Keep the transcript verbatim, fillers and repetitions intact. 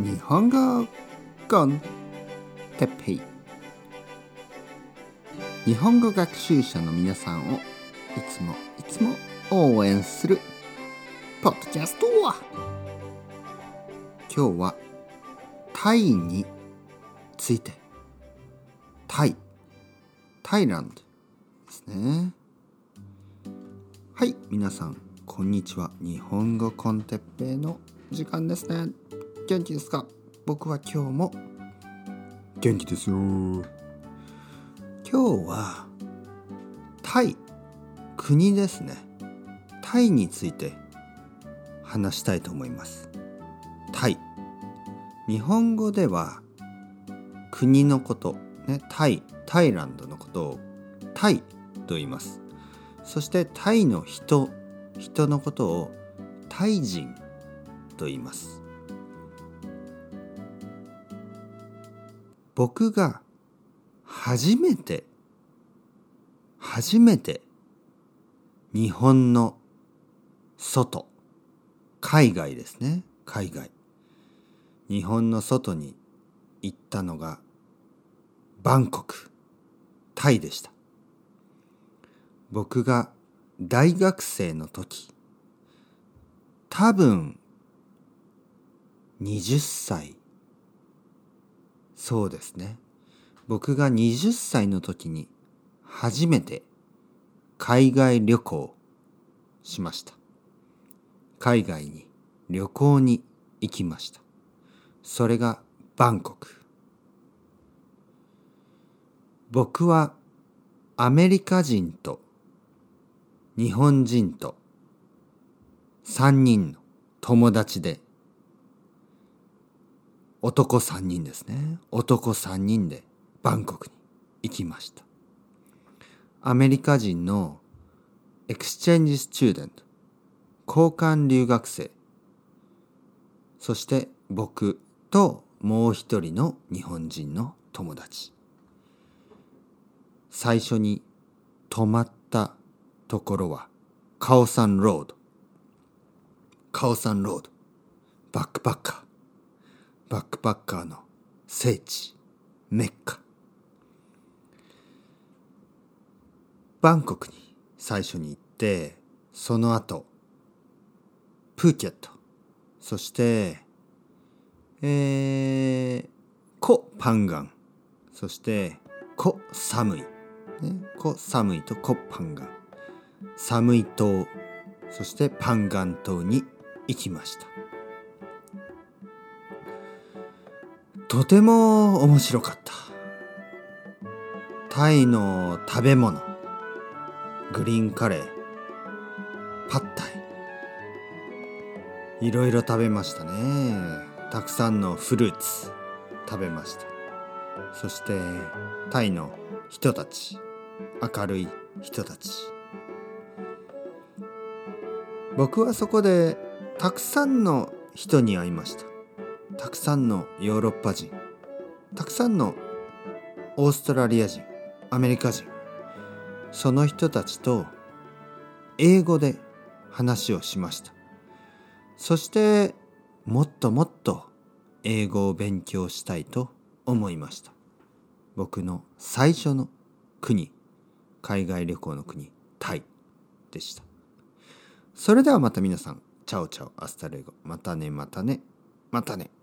日本語コンテッペイ。日本語学習者の皆さんをいつもいつも応援するポッドキャスト。今日はタイについて、タイタイランドですね。はい、皆さんこんにちは。日本語コンテッペイの時間ですね。元気ですか？僕は今日も元気ですよ。今日はタイ、国ですね。タイについて話したいと思います。タイ、日本語では国のこと、ね、タイ、タイランドのことをタイと言います。そしてタイの人、人のことをタイ人と言います。僕が初めて初めて日本の外、海外ですね、海外、日本の外に行ったのがバンコク、タイでした。僕が大学生の時、多分はたち、そうですね。僕がはたちの時に初めて海外旅行しました。海外に旅行に行きました。それがバンコク。僕はアメリカ人と日本人とさんにんの友達で、男さんにんですね。男さんにんでバンコクに行きました。アメリカ人のエクスチェンジスチューデント、交換留学生、そして僕ともう一人の日本人の友達。最初に泊まったところはカオサンロード。カオサンロード、バックパッカー。バックパッカーの聖地、メッカ。バンコクに最初に行って、その後プーケット、そしてえー、コパンガン、そしてコサムイ、ね、コサムイとコパンガン、サムイ島、そしてパンガン島に行きました。とても面白かった。タイの食べ物、グリーンカレー、パッタイ、いろいろ食べましたね。たくさんのフルーツ食べました。そしてタイの人たち、明るい人たち。僕はそこでたくさんの人に会いました。たくさんのヨーロッパ人、たくさんのオーストラリア人、アメリカ人。その人たちと英語で話をしました。そしてもっともっと英語を勉強したいと思いました。僕の最初の国、海外旅行の国、タイでした。それではまた皆さん、チャオチャオ、アスタレゴ、またねまたねまたね。